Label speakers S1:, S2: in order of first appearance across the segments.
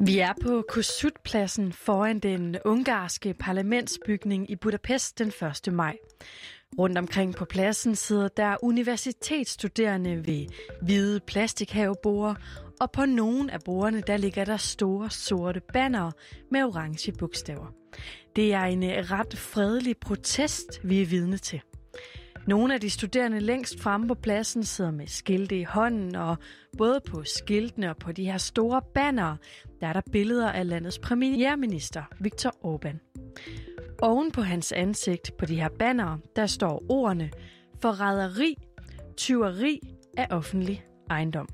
S1: Vi er på Kossuth-pladsen foran den ungarske parlamentsbygning i Budapest den 1. maj. Rundt omkring på pladsen sidder der universitetsstuderende ved hvide plastikhaveborde, og på nogle af bordene der ligger der store sorte bannere med orange bogstaver. Det er en ret fredelig protest, vi er vidne til. Nogle af de studerende længst fremme på pladsen sidder med skilte i hånden, og både på skiltene og på de her store bannere, der er der billeder af landets premierminister, Viktor Orbán. Oven på hans ansigt på de her bannere, der står ordene forræderi, tyveri af offentlig ejendom.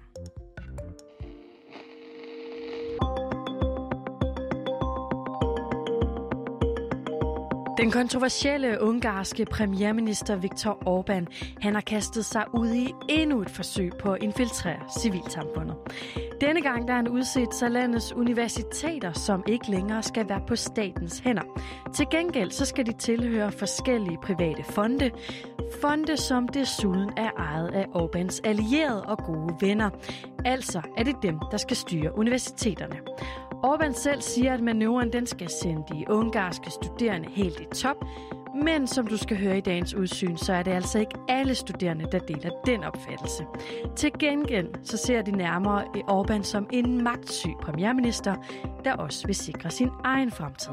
S1: Den kontroversielle ungarske premierminister Viktor Orbán, han har kastet sig ud i endnu et forsøg på at infiltrere civilsamfundet. Denne gang der er han udset sig landets universiteter, som ikke længere skal være på statens hænder. Til gengæld så skal de tilhøre forskellige private fonde. Fonde, som desuden er ejet af Orbáns allierede og gode venner. Altså er det dem, der skal styre universiteterne. Orbán selv siger, at manøvren den skal sende de ungarske studerende helt i top, men som du skal høre i dagens udsyn, så er det altså ikke alle studerende, der deler den opfattelse. Til gengæld så ser de nærmere Orbán som en magtsyg premierminister, der også vil sikre sin egen fremtid.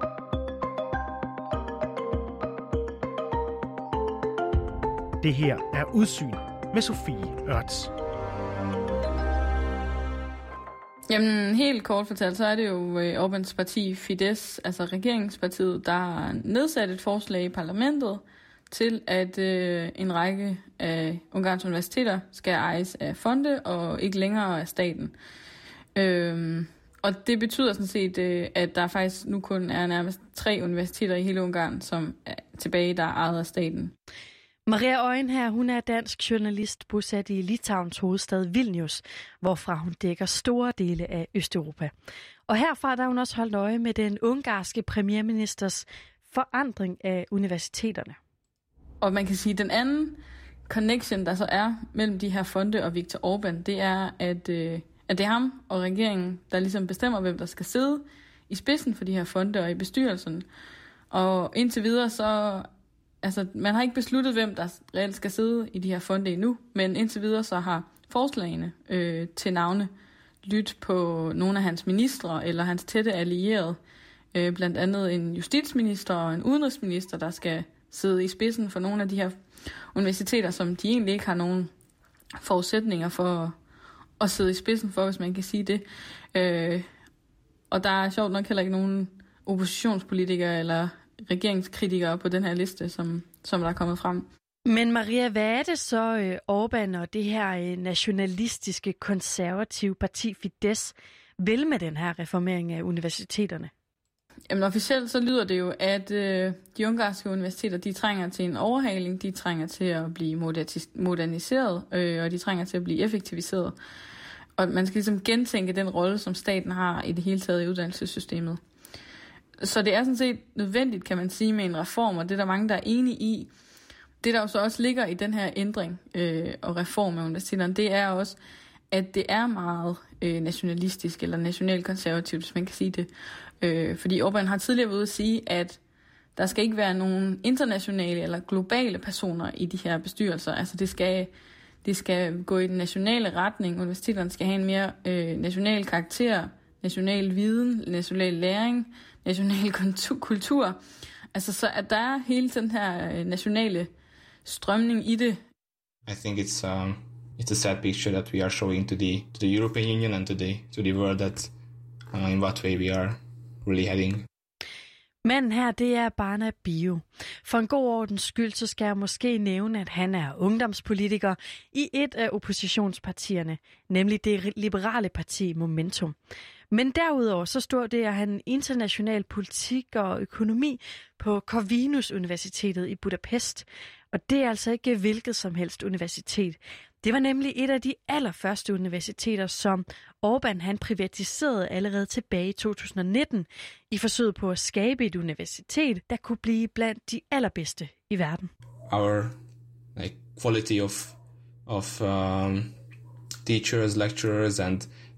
S2: Det her er Udsyn med Sofie Ørts.
S3: Jamen, helt kort fortalt, så er det jo Orbáns parti Fidesz, altså regeringspartiet, der har nedsat et forslag i parlamentet til, at en række af Ungarns universiteter skal ejes af fonde og ikke længere af staten. Og det betyder sådan set, at der faktisk nu kun er nærmest 3 universiteter i hele Ungarn, som er tilbage, der er ejet af staten.
S1: Maria Øjen her, hun er dansk journalist bosat i Litauens hovedstad Vilnius, hvorfra hun dækker store dele af Østeuropa. Og herfra der har hun også holdt øje med den ungarske premierministers forandring af universiteterne.
S3: Og man kan sige, at den anden connection, der så er mellem de her fonde og Viktor Orbán, det er, at det er ham og regeringen, der ligesom bestemmer, hvem der skal sidde i spidsen for de her fonde og i bestyrelsen. Og indtil videre så... Altså, man har ikke besluttet, hvem der reelt skal sidde i de her fonde endnu, men indtil videre så har forslagene til navne lyttet på nogle af hans ministre eller hans tætte allierede, blandt andet en justitsminister og en udenrigsminister, der skal sidde i spidsen for nogle af de her universiteter, som de egentlig ikke har nogen forudsætninger for at sidde i spidsen for, hvis man kan sige det. Og der er sjovt nok heller ikke nogen oppositionspolitikere eller regeringskritikere på den her liste, som der er kommet frem.
S1: Men Maria, hvad er det så Orbán og det her nationalistiske konservative parti Fidesz vil med den her reformering af universiteterne?
S3: Jamen officielt så lyder det jo, at de ungarske universiteter, de trænger til en overhaling, de trænger til at blive moderniseret, og de trænger til at blive effektiviseret. Og man skal ligesom gentænke den rolle, som staten har i det hele taget i uddannelsessystemet. Så det er sådan set nødvendigt, kan man sige, med en reform, og det er der mange, der er enige i. Det, der jo så også ligger i den her ændring og reform af universiteterne, det er også, at det er meget nationalistisk eller nationalkonservativt, hvis man kan sige det. Fordi Orbán har tidligere været ude at sige, at der skal ikke være nogen internationale eller globale personer i de her bestyrelser. Altså det skal gå i den nationale retning. Universiteterne skal have en mere national karakter, national viden, national læring, national kultur. Altså så at der er hele den her nationale strømning i det.
S4: I think it's a sad picture that we are showing to the European Union and to the world that in what way we are really heading.
S1: Manden her, det er Barna Bio. For en god ordens skyld, så skal jeg måske nævne, at han er ungdomspolitiker i et af oppositionspartierne, nemlig det liberale parti Momentum. Men derudover så studerer han international politik og økonomi på Corvinus Universitetet i Budapest. Og det er altså ikke hvilket som helst universitet. Det var nemlig et af de allerførste universiteter, som Orbán han privatiserede allerede tilbage i 2019 i forsøget på at skabe et universitet, der kunne blive blandt de allerbedste i verden.
S4: Our quality of teachers, lecturers and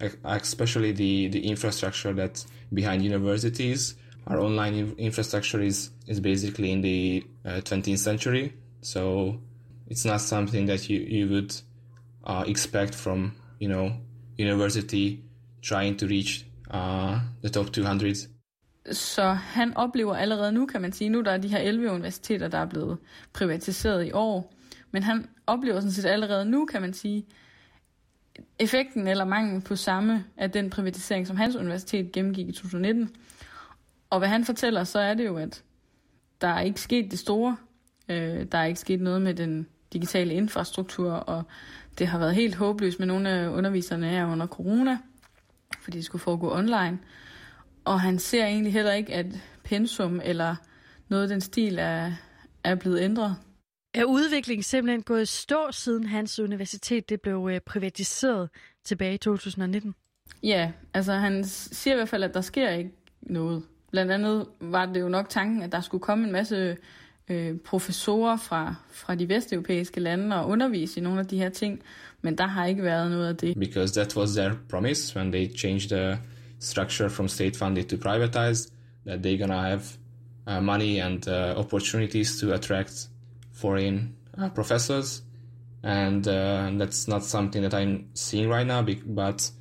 S4: especially the infrastructure that's behind universities. Our online infrastructure is basically in the 20th century, so it's not something that you would expect from, university trying to reach the top 200.
S3: Så han oplever allerede nu, kan man sige, nu der er de her 11 universiteter, der er blevet privatiseret i år, men han oplever sådan set allerede nu, kan man sige, effekten eller manglen på samme af den privatisering, som hans universitet gennemgik i 2019. Og hvad han fortæller, så er det jo, at der er ikke sket det store. Der er ikke sket noget med den digitale infrastruktur, og det har været helt håbløst med nogle af underviserne her under corona, fordi det skulle foregå online. Og han ser egentlig heller ikke, at pensum eller noget af den stil er blevet ændret.
S1: Er udviklingen simpelthen gået i stå, siden hans universitet det blev privatiseret tilbage i 2019?
S3: Ja, altså han siger i hvert fald, at der sker ikke noget. Blandt andet var det jo nok tanken, at der skulle komme en masse professorer fra de vesteuropæiske lande og undervise i nogle af de her ting, men der har ikke været noget af det.
S4: Because that was their promise when they changed the structure from state-funded to privatized, that they're gonna have money and opportunities to attract foreign professors, and that's not something that I'm seeing right now. But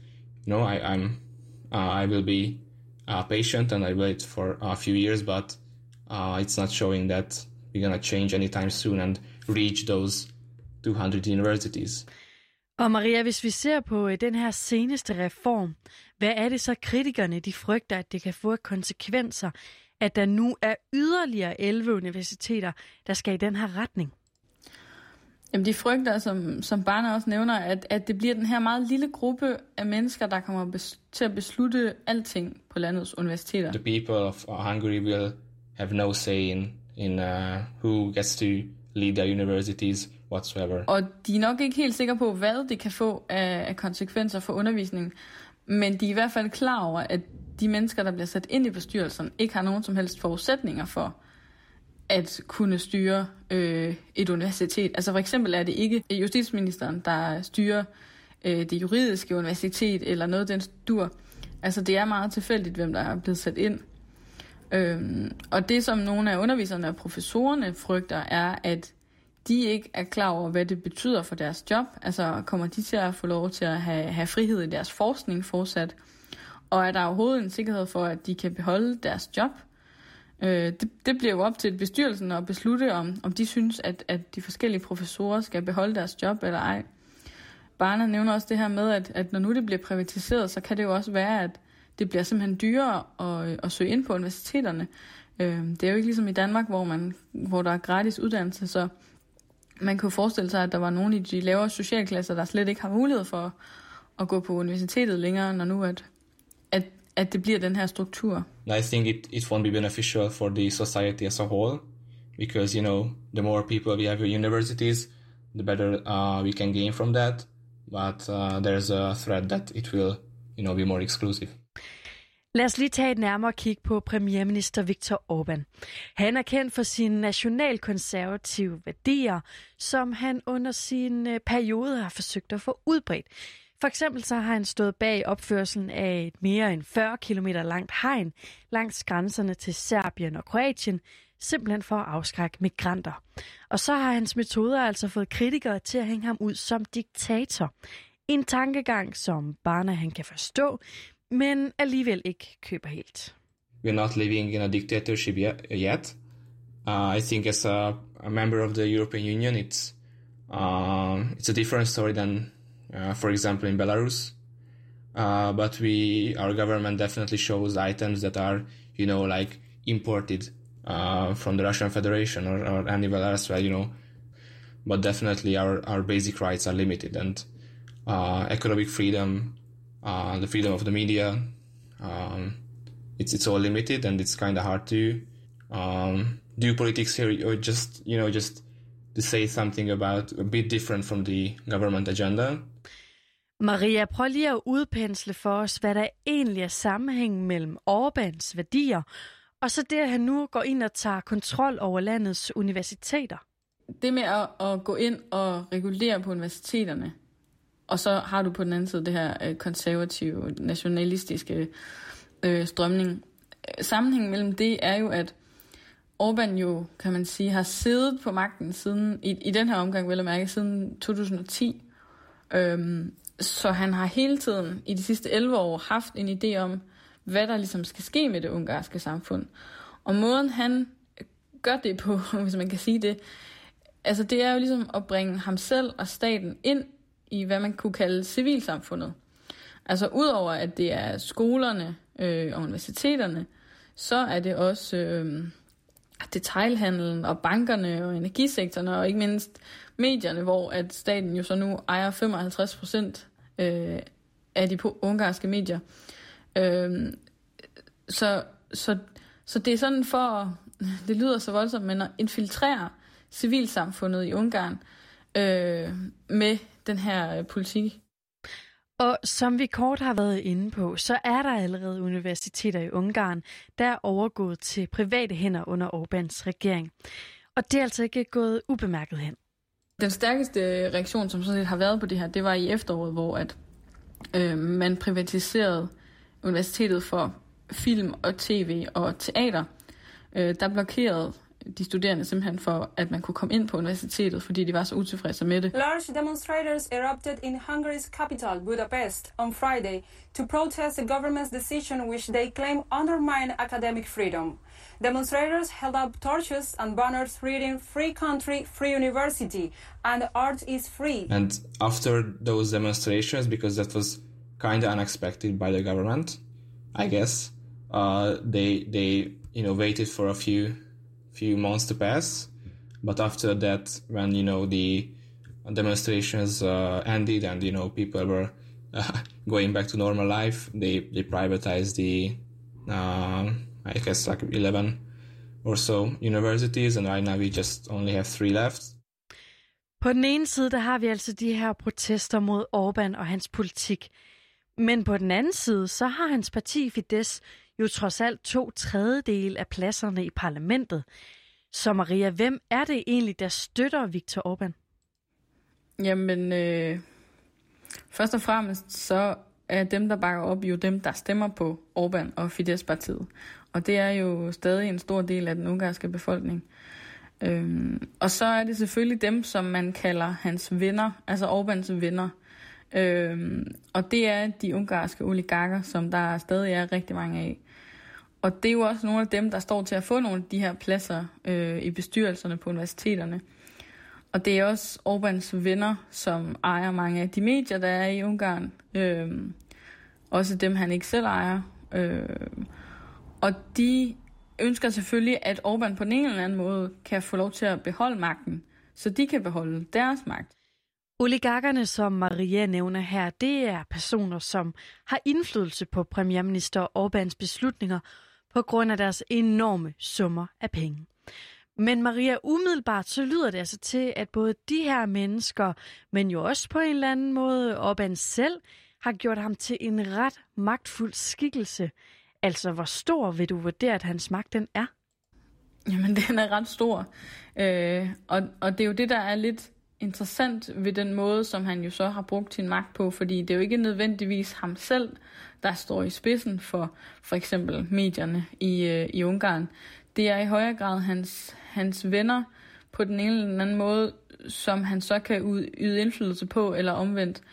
S4: I will be patient and I wait for a few years, but it's not showing that we're gonna change anytime soon and reach those 200 universities.
S1: Og Maria, hvis vi ser på den her seneste reform, hvad er det så kritikerne de frygter, at det kan få konsekvenser, at der nu er yderligere 11 universiteter, der skal i den her retning?
S3: Jamen de frygter, som Barna også nævner, at det bliver den her meget lille gruppe af mennesker, der kommer til at beslutte alting på landets universiteter.
S4: The people of Hungary will have no say in who gets to lead their universities whatsoever.
S3: Og de er nok ikke helt sikre på, hvad det kan få af konsekvenser for undervisningen, men de er i hvert fald klar over, at de mennesker, der bliver sat ind i bestyrelsen, ikke har nogen som helst forudsætninger for at kunne styre et universitet. Altså for eksempel er det ikke justitsministeren, der styrer det juridiske universitet eller noget den dur. Altså det er meget tilfældigt, hvem der er blevet sat ind. Og det, som nogle af underviserne og professorerne frygter, er, at de ikke er klar over, hvad det betyder for deres job. Altså kommer de til at få lov til at have frihed i deres forskning fortsat? Og er der overhovedet en sikkerhed for, at de kan beholde deres job? Det bliver jo op til bestyrelsen at beslutte, om de synes, at de forskellige professorer skal beholde deres job eller ej. Barna nævner også det her med, at når nu det bliver privatiseret, så kan det jo også være, at det bliver simpelthen dyrere at søge ind på universiteterne. Det er jo ikke ligesom i Danmark, hvor der er gratis uddannelse, så man kan jo forestille sig, at der var nogle i de lavere socialklasser, der slet ikke har mulighed for at gå på universitetet længere, når nu at det bliver den her struktur.
S4: I think it won't be beneficial for the society as a whole, because the more people we have at universities, the better we can gain from that. But there's a threat that it will, be more exclusive.
S1: Lad os lige tage et nærmere kig på premierminister Viktor Orbán. Han er kendt for sine nationalkonservative værdier, som han under sin periode har forsøgt at få udbredt. For eksempel så har han stået bag opførelsen af et mere end 40 km langt hegn langs grænserne til Serbien og Kroatien, simpelthen for at afskrække migranter. Og så har hans metoder altså fået kritikere til at hænge ham ud som diktator. En tankegang, som Barna han kan forstå, men alligevel ikke køber helt.
S4: We're not living in a dictatorship yet. I think as a member of the European Union, it's a different story than, for example, in Belarus. But our government definitely shows items that are, imported from the Russian Federation or anywhere else, But definitely our basic rights are limited, and economic freedom, the freedom of the media, it's all limited, and it's kind of hard to do politics here, or just to say something about a bit different from the government agenda.
S1: Maria, prøv lige at udpensle for os, hvad der egentlig er sammenhængen mellem Orbáns værdier, og så det, at han nu går ind og tager kontrol over landets universiteter.
S3: Det med at gå ind og regulere på universiteterne, Og så har du på den anden side det her konservative, nationalistiske strømning. Sammenhængen mellem det er jo, at Orbán jo, kan man sige, har siddet på magten siden, i den her omgang vel at mærke, siden 2010. Så han har hele tiden i de sidste 11 år haft en idé om, hvad der ligesom skal ske med det ungarske samfund. Og måden han gør det på, hvis man kan sige det, altså det er jo ligesom at bringe ham selv og staten ind i, hvad man kunne kalde civilsamfundet. Altså udover at det er skolerne og universiteterne, så er det også detailhandlen og bankerne og energisektoren og ikke mindst medierne, hvor at staten jo så nu ejer 55% af de ungarske medier. Så det er sådan for, det lyder så voldsomt, men at infiltrere civilsamfundet i Ungarn med den her politik.
S1: Og som vi kort har været inde på, så er der allerede universiteter i Ungarn, der er overgået til private hænder under Orbáns regering. Og det er altså ikke gået ubemærket hen.
S3: Den stærkeste reaktion, som sådan set har været på det her, det var i efteråret, hvor at, man privatiserede universitetet for film og tv og teater. Der blokerede de studerende simpelthen for, at man kunne komme ind på universitetet, fordi de var så utilfredse med det.
S5: Large demonstrators erupted in Hungary's capital, Budapest, on Friday to protest the government's decision which they claim undermine academic freedom. Demonstrators held up torches and banners reading "Free country, free university" and "Art is free."
S4: And after those demonstrations, because that was kind of unexpected by the government, I guess, they waited for a few months to pass, but after that, when the demonstrations ended and people were going back to normal life, they privatized the I guess like 11 or so universities, and right now we just only have 3 left.
S1: På den ene side, der har vi altså de her protester mod Orbán og hans politik. Men på den anden side, så har hans parti Fidesz jo trods alt 2/3 af pladserne i parlamentet. Så Maria, hvem er det egentlig, der støtter Viktor Orbán?
S3: Jamen, først og fremmest så er dem, der bakker op, jo dem, der stemmer på Orbán og Fidesz-partiet. Og det er jo stadig en stor del af den ungarske befolkning. Og så er det selvfølgelig dem, som man kalder hans venner, altså Orbáns venner. Og det er de ungarske oligarker, som der stadig er rigtig mange af. Og det er jo også nogle af dem, der står til at få nogle af de her pladser i bestyrelserne på universiteterne. Og det er også Orbáns venner, som ejer mange af de medier, der er i Ungarn. Også dem, han ikke selv ejer. Og de ønsker selvfølgelig, at Orbán på en eller anden måde kan få lov til at beholde magten, så de kan beholde deres magt.
S1: Oligarkerne, som Maria nævner her, det er personer, som har indflydelse på premierminister Orbáns beslutninger på grund af deres enorme summer af penge. Men Maria, umiddelbart så lyder det altså til, at både de her mennesker, men jo også på en eller anden måde Orbán selv, har gjort ham til en ret magtfuld skikkelse. Altså, hvor stor vil du vurdere, at hans magt den er?
S3: Jamen, den er ret stor. Og det er jo det, der er lidt interessant ved den måde, som han jo så har brugt sin magt på, fordi det er jo ikke nødvendigvis ham selv, der står i spidsen for eksempel medierne i Ungarn. Det er i højere grad hans venner på den ene eller anden måde, som han så kan yde indflydelse på, eller omvendt.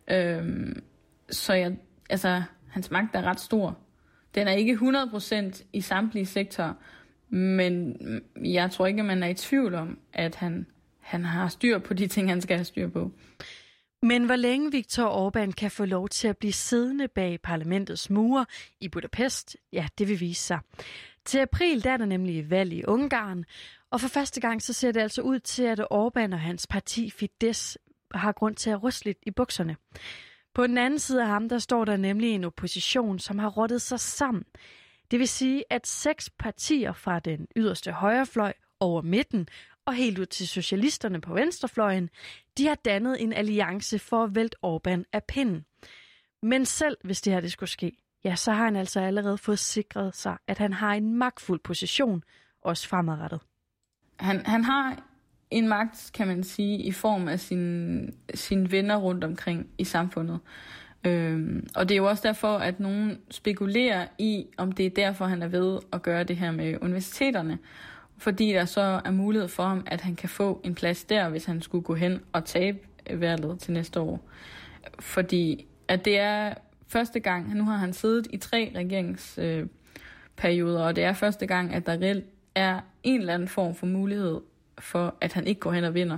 S3: Så hans magt er ret stor. Den er ikke 100% i samtlige sektorer, men jeg tror ikke, at man er i tvivl om, at han har styr på de ting, han skal have styr på.
S1: Men hvor længe Viktor Orbán kan få lov til at blive siddende bag parlamentets mure i Budapest, ja, det vil vise sig. Til april der er der nemlig valg i Ungarn, og for første gang så ser det altså ud til, at Orbán og hans parti Fidesz har grund til at ryste lidt i bukserne. På den anden side af ham, der står der nemlig en opposition, som har rottet sig sammen. Det vil sige, at 6 partier fra den yderste højrefløj over midten og helt ud til socialisterne på venstrefløjen, de har dannet en alliance for at vælte Orbán af pinden. Men selv hvis det her det skulle ske, ja, så har han altså allerede fået sikret sig, at han har en magtfuld position, også fremadrettet.
S3: Han har en magt, kan man sige, i form af sine venner rundt omkring i samfundet. Og det er jo også derfor, at nogen spekulerer i, om det er derfor, han er ved at gøre det her med universiteterne. Fordi der så er mulighed for ham, at han kan få en plads der, hvis han skulle gå hen og tabe valget til næste år. Fordi at det er første gang, nu har han siddet i 3 regeringsperioder, og det er første gang, at der reelt er en eller anden form for mulighed for, at han ikke går hen og vinder.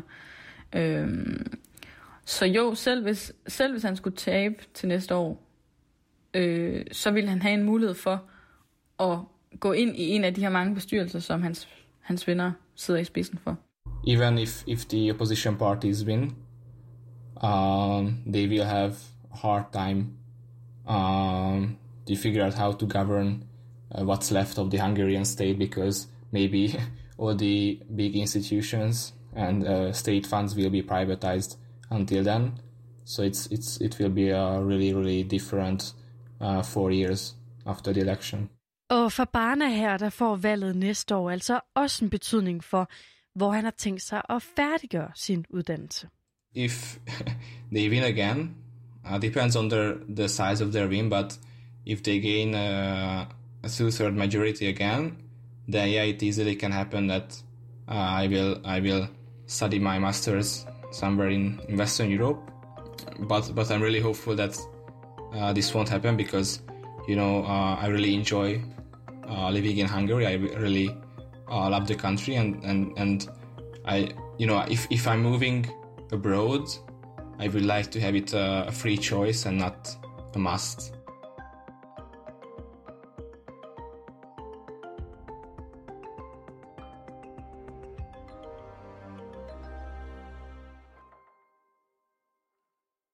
S3: Så jo, selv hvis han skulle tabe til næste år, så vil han have en mulighed for at gå ind i en af de her mange bestyrelser, som hans venner sidder i spidsen for.
S4: Even if the opposition parties win, they will have a hard time to figure out how to govern what's left of the Hungarian state, because maybe all the big institutions and state funds will be privatized until then. So it will be a really different 4 years after the election.
S1: Og for Barna her, der får valget næste år altså også en betydning for, hvor han har tænkt sig at færdiggøre sin uddannelse.
S4: If they win again, depends on the size of their win, but if they gain a 2/3 majority again, then yeah, it easily can happen that I will study my masters somewhere in Western Europe. But I'm really hopeful that this won't happen, because I really enjoy living in Hungary. I really love the country, and I if I'm moving abroad, I would like to have it a free choice and not a must.